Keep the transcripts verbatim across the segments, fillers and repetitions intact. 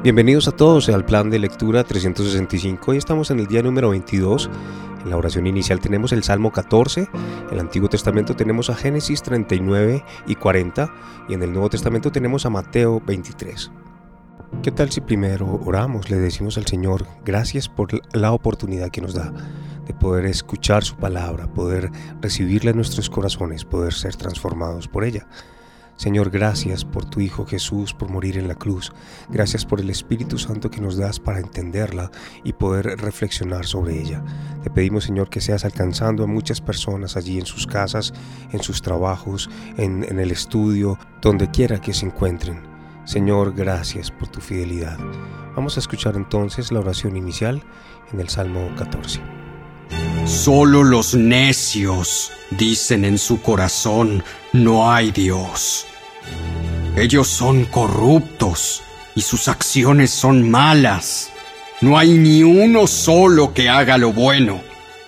Bienvenidos a todos al plan de lectura trescientos sesenta y cinco. Hoy estamos en el día número veintidós. En la oración inicial tenemos el Salmo catorce, en el Antiguo Testamento tenemos a Génesis treinta y nueve y cuarenta y en el Nuevo Testamento tenemos a Mateo veintitrés. ¿Qué tal si primero oramos? Le decimos al Señor gracias por la oportunidad que nos da de poder escuchar su palabra, poder recibirla en nuestros corazones, poder ser transformados por ella. Señor, gracias por tu Hijo Jesús, por morir en la cruz. Gracias por el Espíritu Santo que nos das para entenderla y poder reflexionar sobre ella. Te pedimos, Señor, que seas alcanzando a muchas personas allí en sus casas, en sus trabajos, en, en el estudio, donde quiera que se encuentren. Señor, gracias por tu fidelidad. Vamos a escuchar entonces la oración inicial en el Salmo catorce. Solo los necios dicen en su corazón, no hay Dios. Ellos son corruptos y sus acciones son malas. No hay ni uno solo que haga lo bueno.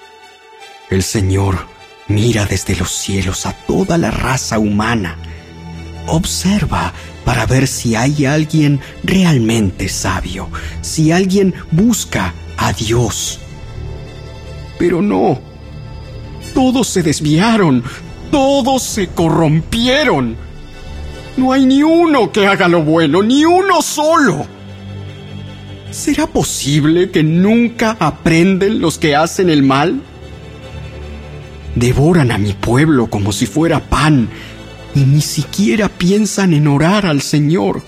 El Señor mira desde los cielos a toda la raza humana. Observa para ver si hay alguien realmente sabio, si alguien busca a Dios. Pero no, todos se desviaron, todos se corrompieron. No hay ni uno que haga lo bueno, ni uno solo. ¿Será posible que nunca aprenden los que hacen el mal? Devoran a mi pueblo como si fuera pan y ni siquiera piensan en orar al Señor.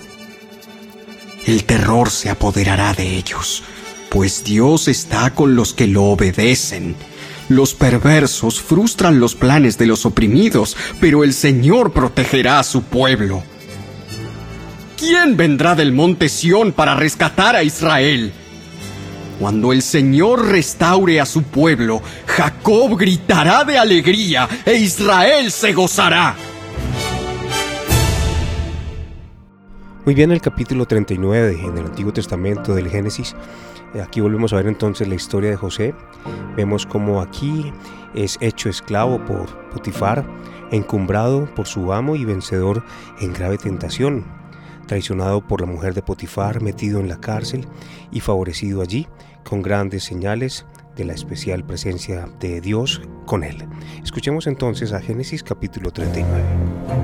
El terror se apoderará de ellos, pues Dios está con los que lo obedecen. Los perversos frustran los planes de los oprimidos, pero el Señor protegerá a su pueblo. ¿Quién vendrá del monte Sión para rescatar a Israel? Cuando el Señor restaure a su pueblo, Jacob gritará de alegría e Israel se gozará. Muy bien, el capítulo treinta y nueve en el Antiguo Testamento del Génesis. Aquí volvemos a ver entonces la historia de José. Vemos cómo aquí es hecho esclavo por Potifar, encumbrado por su amo y vencedor en grave tentación, traicionado por la mujer de Potifar, metido en la cárcel y favorecido allí con grandes señales de la especial presencia de Dios con él. Escuchemos entonces a Génesis capítulo treinta y nueve.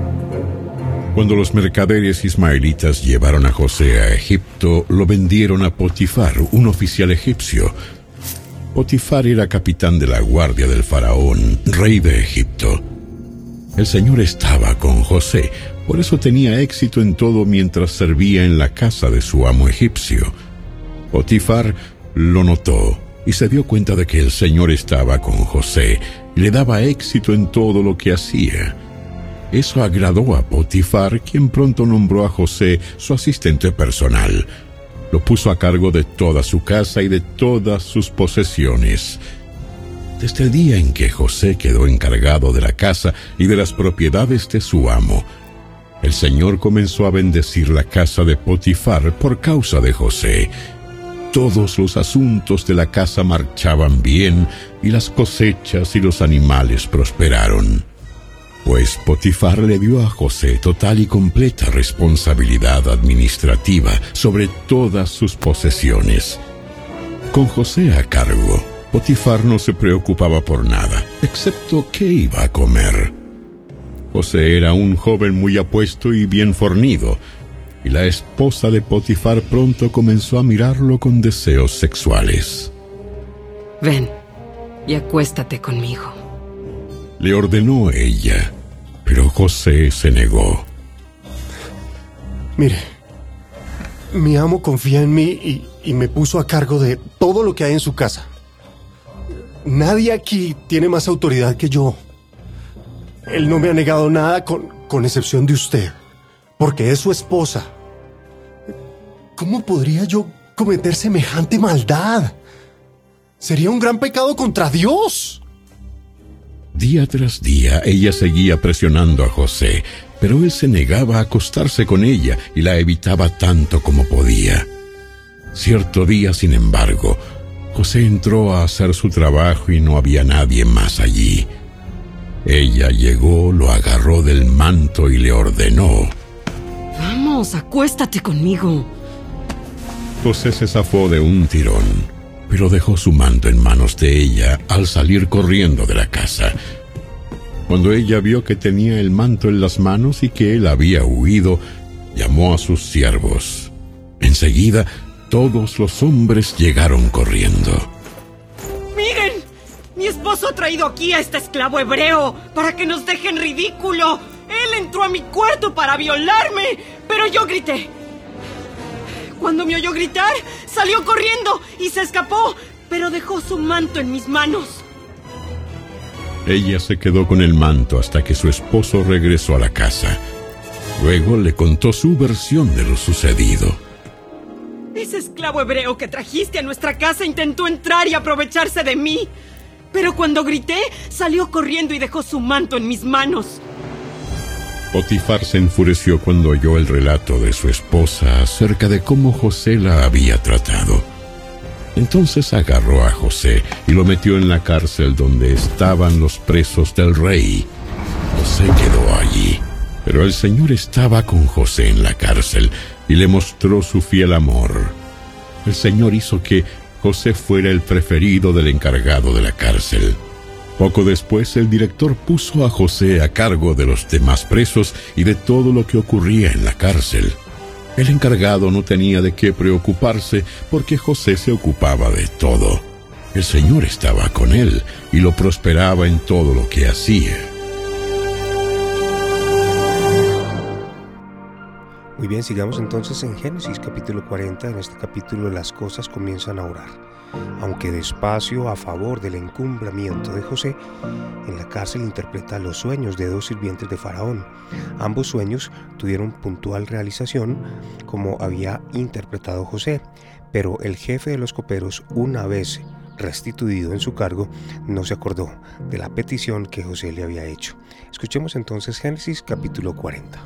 Cuando los mercaderes ismaelitas llevaron a José a Egipto, lo vendieron a Potifar, un oficial egipcio. Potifar era capitán de la guardia del faraón, rey de Egipto. El Señor estaba con José, por eso tenía éxito en todo mientras servía en la casa de su amo egipcio. Potifar lo notó y se dio cuenta de que el Señor estaba con José y le daba éxito en todo lo que hacía. Eso agradó a Potifar, quien pronto nombró a José su asistente personal. Lo puso a cargo de toda su casa y de todas sus posesiones. Desde el día en que José quedó encargado de la casa y de las propiedades de su amo, el Señor comenzó a bendecir la casa de Potifar por causa de José. Todos los asuntos de la casa marchaban bien y las cosechas y los animales prosperaron. Pues Potifar le dio a José total y completa responsabilidad administrativa sobre todas sus posesiones. Con José a cargo, Potifar no se preocupaba por nada, excepto qué iba a comer. José era un joven muy apuesto y bien fornido, y la esposa de Potifar pronto comenzó a mirarlo con deseos sexuales. Ven y acuéstate conmigo, le ordenó ella, pero José se negó. Mire, mi amo confía en mí y, y me puso a cargo de todo lo que hay en su casa. Nadie aquí tiene más autoridad que yo. Él no me ha negado nada con, con excepción de usted, porque es su esposa. ¿Cómo podría yo cometer semejante maldad? Sería un gran pecado contra Dios. Día tras día ella seguía presionando a José, pero él se negaba a acostarse con ella y la evitaba tanto como podía. Cierto día, sin embargo, José entró a hacer su trabajo y no había nadie más allí. Ella llegó, lo agarró del manto y le ordenó: Vamos, acuéstate conmigo. José se zafó de un tirón, pero dejó su manto en manos de ella al salir corriendo de la casa. Cuando ella vio que tenía el manto en las manos y que él había huido, llamó a sus siervos. Enseguida, todos los hombres llegaron corriendo. ¡Miren! Mi esposo ha traído aquí a este esclavo hebreo para que nos deje en ridículo. Él entró a mi cuarto para violarme, pero yo grité. Cuando me oyó gritar, salió corriendo y se escapó, pero dejó su manto en mis manos. Ella se quedó con el manto hasta que su esposo regresó a la casa. Luego le contó su versión de lo sucedido. Ese esclavo hebreo que trajiste a nuestra casa intentó entrar y aprovecharse de mí. Pero cuando grité, salió corriendo y dejó su manto en mis manos. Potifar se enfureció cuando oyó el relato de su esposa acerca de cómo José la había tratado. Entonces agarró a José y lo metió en la cárcel donde estaban los presos del rey. José quedó allí, pero el Señor estaba con José en la cárcel y le mostró su fiel amor. El Señor hizo que José fuera el preferido del encargado de la cárcel. Poco después, el director puso a José a cargo de los demás presos y de todo lo que ocurría en la cárcel. El encargado no tenía de qué preocuparse porque José se ocupaba de todo. El Señor estaba con él y lo prosperaba en todo lo que hacía. Muy bien, sigamos entonces en Génesis capítulo cuarenta. En este capítulo las cosas comienzan a orar. Aunque despacio, a favor del encumbramiento de José, en la cárcel interpreta los sueños de dos sirvientes de Faraón. Ambos sueños tuvieron puntual realización, como había interpretado José, pero el jefe de los coperos, una vez restituido en su cargo, no se acordó de la petición que José le había hecho. Escuchemos entonces Génesis capítulo cuarenta.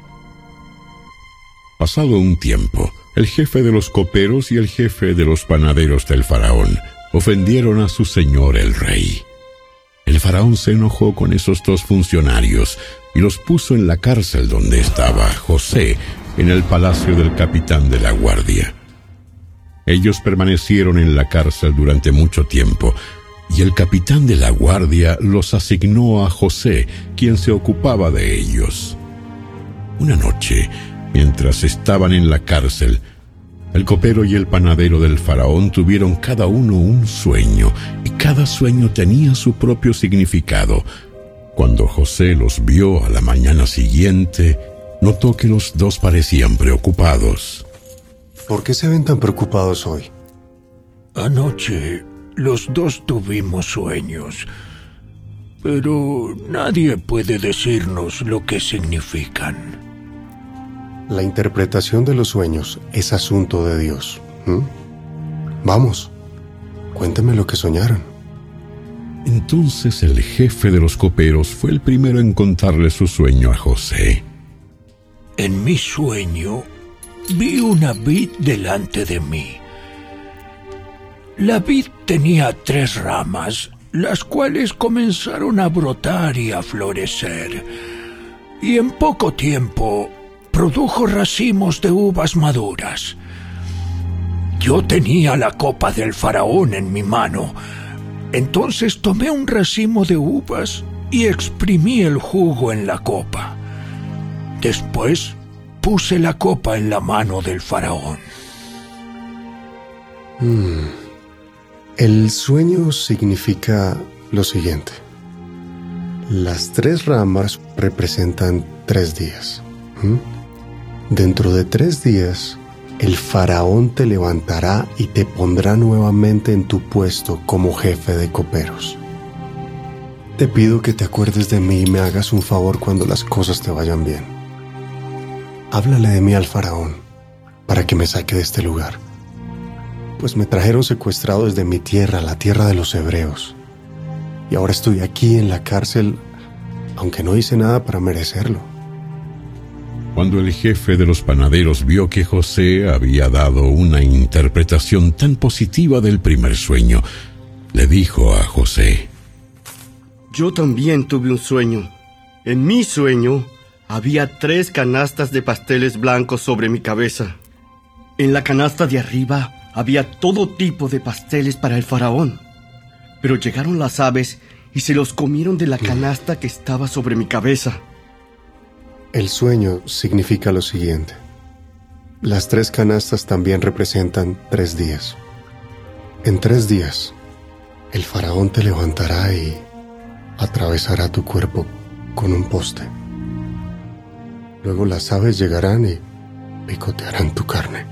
Pasado un tiempo, el jefe de los coperos y el jefe de los panaderos del faraón ofendieron a su señor el rey. El faraón se enojó con esos dos funcionarios y los puso en la cárcel donde estaba José, en el palacio del capitán de la guardia. Ellos permanecieron en la cárcel durante mucho tiempo, y el capitán de la guardia los asignó a José, quien se ocupaba de ellos. Una noche, mientras estaban en la cárcel, el copero y el panadero del faraón tuvieron cada uno un sueño, y cada sueño tenía su propio significado. Cuando José los vio a la mañana siguiente, notó que los dos parecían preocupados. ¿Por qué se ven tan preocupados hoy? Anoche los dos tuvimos sueños, pero nadie puede decirnos lo que significan. La interpretación de los sueños es asunto de Dios. ¿Mm? Vamos, cuénteme lo que soñaron. Entonces el jefe de los coperos fue el primero en contarle su sueño a José. En mi sueño vi una vid delante de mí. La vid tenía tres ramas, las cuales comenzaron a brotar y a florecer, y en poco tiempo produjo racimos de uvas maduras. Yo tenía la copa del faraón en mi mano. Entonces tomé un racimo de uvas y exprimí el jugo en la copa. Después puse la copa en la mano del faraón. Mm. El sueño significa lo siguiente. Las tres ramas representan tres días. ¿Mm? Dentro de tres días, el faraón te levantará y te pondrá nuevamente en tu puesto como jefe de coperos. Te pido que te acuerdes de mí y me hagas un favor cuando las cosas te vayan bien. Háblale de mí al faraón para que me saque de este lugar, pues me trajeron secuestrado desde mi tierra, la tierra de los hebreos, y ahora estoy aquí en la cárcel, aunque no hice nada para merecerlo. Cuando el jefe de los panaderos vio que José había dado una interpretación tan positiva del primer sueño, le dijo a José: Yo también tuve un sueño. En mi sueño había tres canastas de pasteles blancos sobre mi cabeza. En la canasta de arriba había todo tipo de pasteles para el faraón. Pero llegaron las aves y se los comieron de la canasta que estaba sobre mi cabeza. El sueño significa lo siguiente. Las tres canastas también representan tres días. En tres días, el faraón te levantará y atravesará tu cuerpo con un poste. Luego las aves llegarán y picotearán tu carne.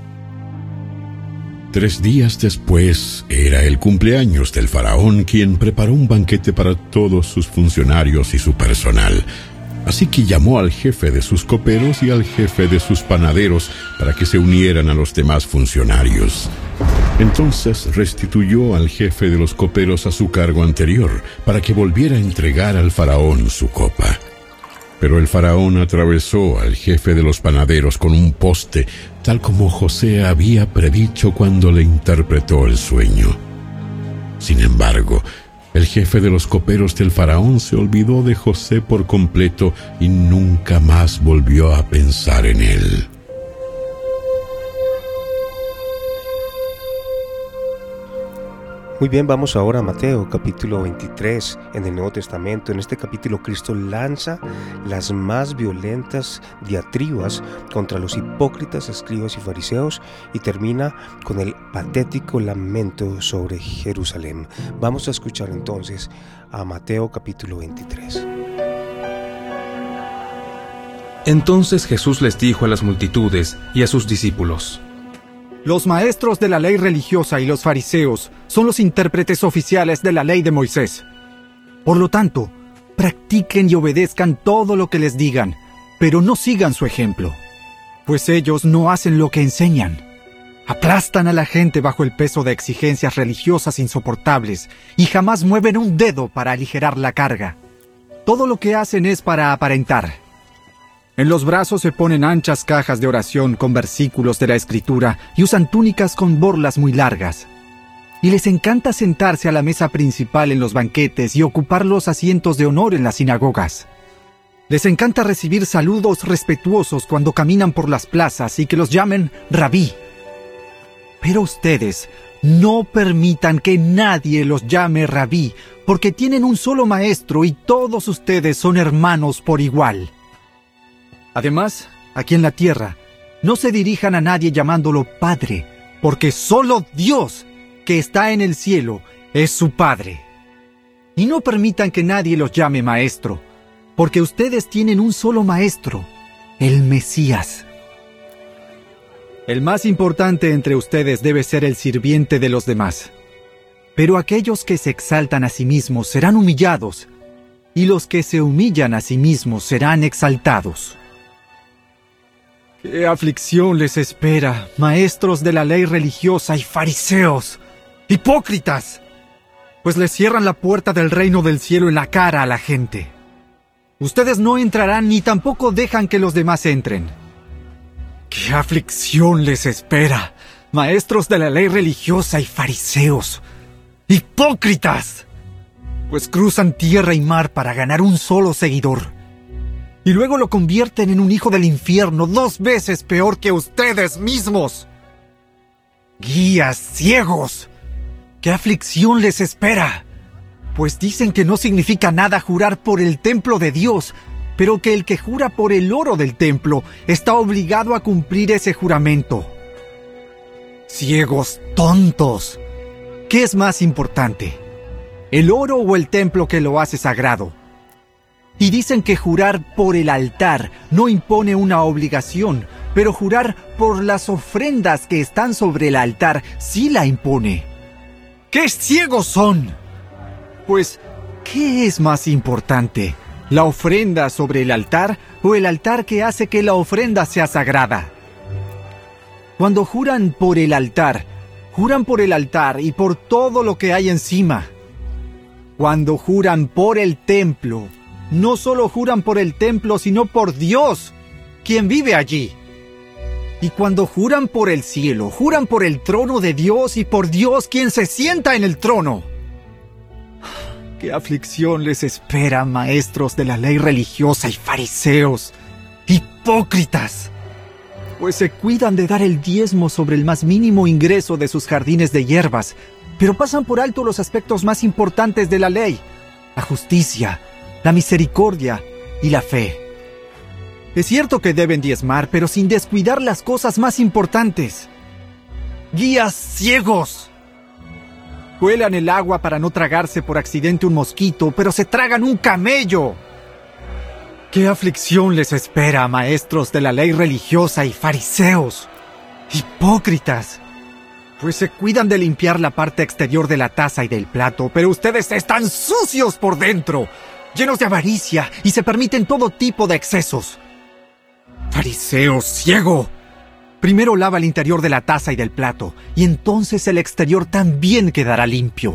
Tres días después era el cumpleaños del faraón, quien preparó un banquete para todos sus funcionarios y su personal. Así que llamó al jefe de sus coperos y al jefe de sus panaderos para que se unieran a los demás funcionarios. Entonces restituyó al jefe de los coperos a su cargo anterior para que volviera a entregar al faraón su copa. Pero el faraón atravesó al jefe de los panaderos con un poste, tal como José había predicho cuando le interpretó el sueño. Sin embargo, el jefe de los coperos del faraón se olvidó de José por completo y nunca más volvió a pensar en él. Muy bien, vamos ahora a Mateo capítulo veintitrés en el Nuevo Testamento. En este capítulo Cristo lanza las más violentas diatribas contra los hipócritas escribas y fariseos y termina con el patético lamento sobre Jerusalén. Vamos a escuchar entonces a Mateo capítulo veintitrés. Entonces Jesús les dijo a las multitudes y a sus discípulos: Los maestros de la ley religiosa y los fariseos son los intérpretes oficiales de la ley de Moisés. Por lo tanto, practiquen y obedezcan todo lo que les digan, pero no sigan su ejemplo, pues ellos no hacen lo que enseñan. Aplastan a la gente bajo el peso de exigencias religiosas insoportables y jamás mueven un dedo para aligerar la carga. Todo lo que hacen es para aparentar. En los brazos se ponen anchas cajas de oración con versículos de la Escritura y usan túnicas con borlas muy largas. Y les encanta sentarse a la mesa principal en los banquetes y ocupar los asientos de honor en las sinagogas. Les encanta recibir saludos respetuosos cuando caminan por las plazas y que los llamen rabí. Pero ustedes no permitan que nadie los llame rabí, porque tienen un solo maestro y todos ustedes son hermanos por igual. Además, aquí en la tierra, no se dirijan a nadie llamándolo Padre, porque solo Dios, que está en el cielo, es su Padre. Y no permitan que nadie los llame Maestro, porque ustedes tienen un solo Maestro, el Mesías. El más importante entre ustedes debe ser el sirviente de los demás. Pero aquellos que se exaltan a sí mismos serán humillados, y los que se humillan a sí mismos serán exaltados. ¡Qué aflicción les espera, maestros de la ley religiosa y fariseos! ¡Hipócritas! Pues les cierran la puerta del reino del cielo en la cara a la gente. Ustedes no entrarán ni tampoco dejan que los demás entren. ¡Qué aflicción les espera, maestros de la ley religiosa y fariseos! ¡Hipócritas! Pues cruzan tierra y mar para ganar un solo seguidor. Y luego lo convierten en un hijo del infierno dos veces peor que ustedes mismos. ¡Guías ciegos! ¡Qué aflicción les espera! Pues dicen que no significa nada jurar por el templo de Dios, pero que el que jura por el oro del templo está obligado a cumplir ese juramento. ¡Ciegos tontos! ¿Qué es más importante? ¿El oro o el templo que lo hace sagrado? Y dicen que jurar por el altar no impone una obligación, pero jurar por las ofrendas que están sobre el altar sí la impone. ¡Qué ciegos son! Pues, ¿qué es más importante? ¿La ofrenda sobre el altar o el altar que hace que la ofrenda sea sagrada? Cuando juran por el altar, juran por el altar y por todo lo que hay encima. Cuando juran por el templo, no solo juran por el templo, sino por Dios, quien vive allí. Y cuando juran por el cielo, juran por el trono de Dios y por Dios, quien se sienta en el trono. ¡Qué aflicción les espera, maestros de la ley religiosa y fariseos! ¡Hipócritas! pues se cuidan de dar el diezmo sobre el más mínimo ingreso de sus jardines de hierbas, pero pasan por alto los aspectos más importantes de la ley: la justicia, la misericordia y la fe. Es cierto que deben diezmar, pero sin descuidar las cosas más importantes. ¡Guías ciegos! Cuelan el agua para no tragarse por accidente un mosquito, pero se tragan un camello. ¡Qué aflicción les espera, maestros de la ley religiosa y fariseos! ¡Hipócritas! Pues se cuidan de limpiar la parte exterior de la taza y del plato, pero ustedes están sucios por dentro, llenos de avaricia, y se permiten todo tipo de excesos. ¡Fariseo ciego! Primero lava el interior de la taza y del plato, y entonces el exterior también quedará limpio.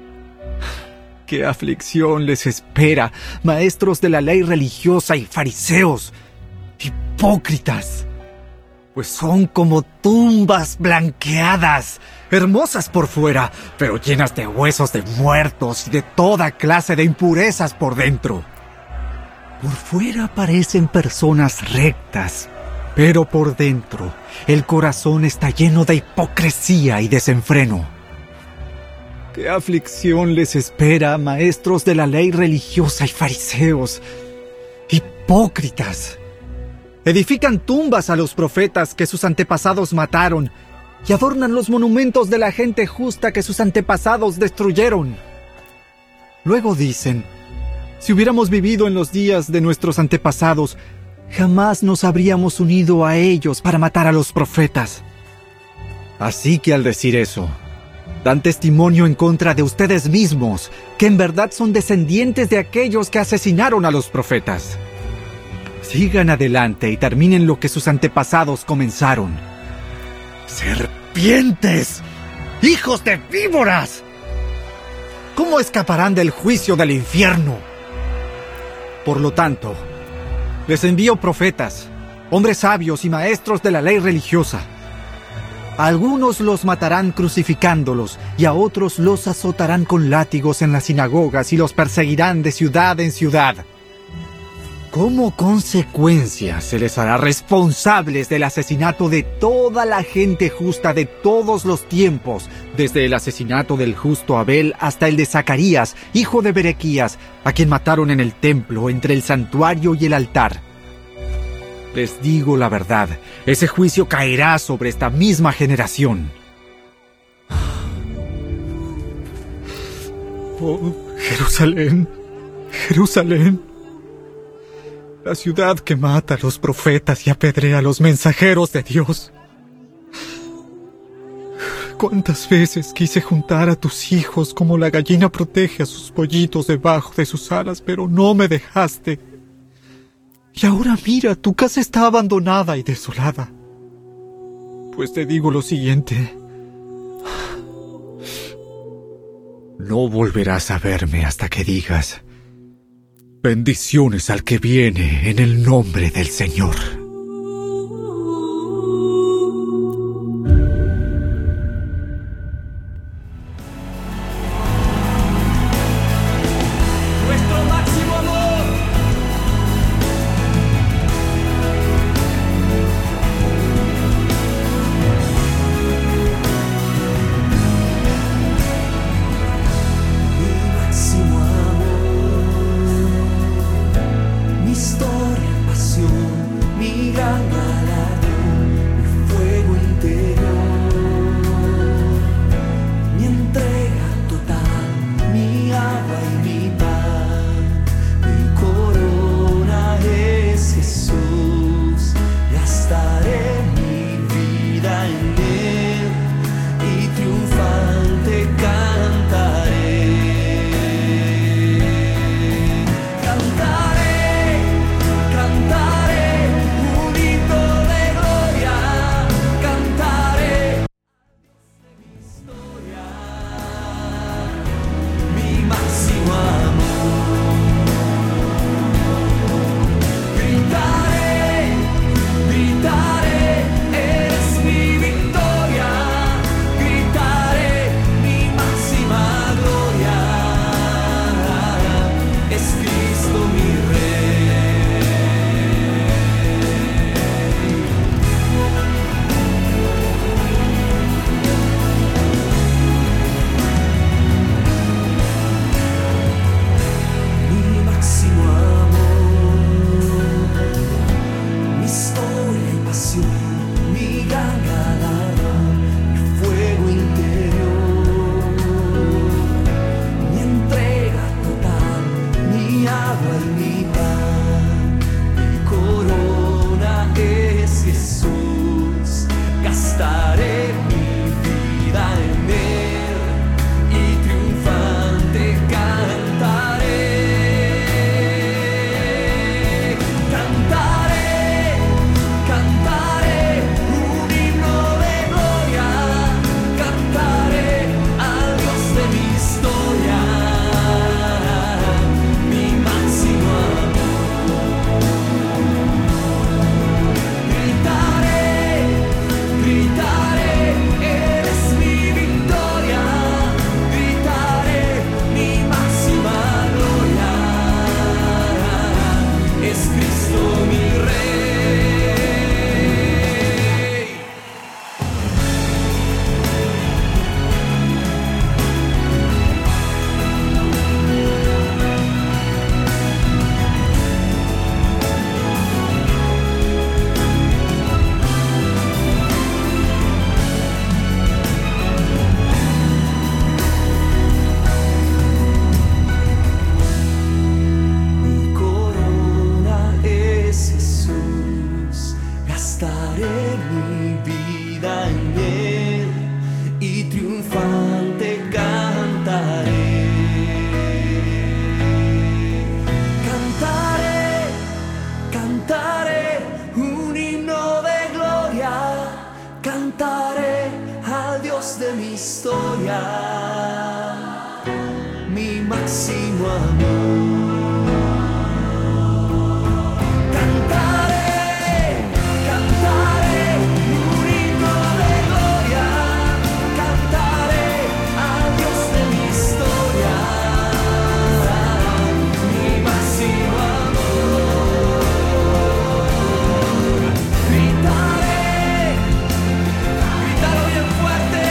¡Qué aflicción les espera, maestros de la ley religiosa y fariseos! ¡Hipócritas! Pues son como tumbas blanqueadas, hermosas por fuera, pero llenas de huesos de muertos y de toda clase de impurezas por dentro. Por fuera parecen personas rectas, pero por dentro el corazón está lleno de hipocresía y desenfreno. ¡Qué aflicción les espera, maestros de la ley religiosa y fariseos! ¡Hipócritas! Edifican tumbas a los profetas que sus antepasados mataron y adornan los monumentos de la gente justa que sus antepasados destruyeron. Luego dicen: si hubiéramos vivido en los días de nuestros antepasados, jamás nos habríamos unido a ellos para matar a los profetas. Así que al decir eso, dan testimonio en contra de ustedes mismos, que en verdad son descendientes de aquellos que asesinaron a los profetas. Sigan adelante y terminen lo que sus antepasados comenzaron. ¡Serpientes! ¡Hijos de víboras! ¿Cómo escaparán del juicio del infierno? Por lo tanto, les envío profetas, hombres sabios y maestros de la ley religiosa. A algunos los matarán crucificándolos, y a otros los azotarán con látigos en las sinagogas y los perseguirán de ciudad en ciudad. Como consecuencia, se les hará responsables del asesinato de toda la gente justa de todos los tiempos, desde el asesinato del justo Abel hasta el de Zacarías, hijo de Berequías, a quien mataron en el templo, entre el santuario y el altar. Les digo la verdad, ese juicio caerá sobre esta misma generación. Oh, Jerusalén, Jerusalén, la ciudad que mata a los profetas y apedrea a los mensajeros de Dios. ¿Cuántas veces quise juntar a tus hijos como la gallina protege a sus pollitos debajo de sus alas, pero no me dejaste? Y ahora mira, tu casa está abandonada y desolada. Pues te digo lo siguiente: no volverás a verme hasta que digas: bendiciones al que viene en el nombre del Señor. Cantaré, cantaré un himno de mi Rey. Mi máximo amor. Cantaré, cantaré un himno de gloria. Cantaré al Dios de mi historia. Mi máximo amor. Gritaré, gritaré bien fuerte.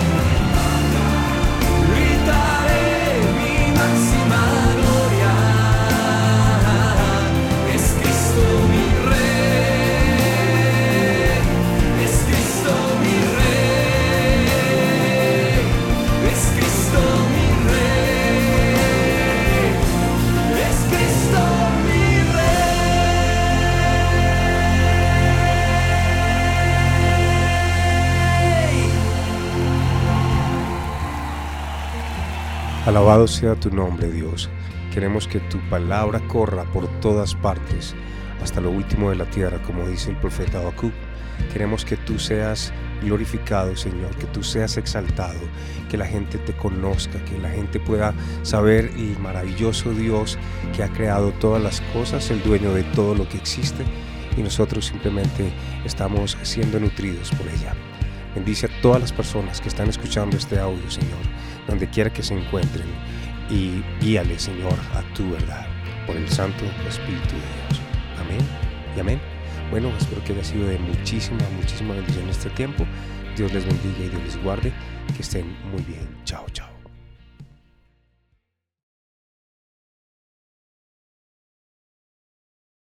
Alabado sea tu nombre, Dios. Queremos que tu palabra corra por todas partes, hasta lo último de la tierra, como dice el profeta Habacuc. Queremos que tú seas glorificado, Señor, que tú seas exaltado, que la gente te conozca, que la gente pueda saber el maravilloso Dios que ha creado todas las cosas, el dueño de todo lo que existe, y nosotros simplemente estamos siendo nutridos por ella. Bendice a todas las personas que están escuchando este audio, Señor, donde quiera que se encuentren, y guíale, Señor, a tu verdad, por el Santo Espíritu de Dios. Amén y amén. Bueno, espero que haya sido de muchísima, muchísima bendición este tiempo. Dios les bendiga y Dios les guarde. Que estén muy bien. Chao, chao.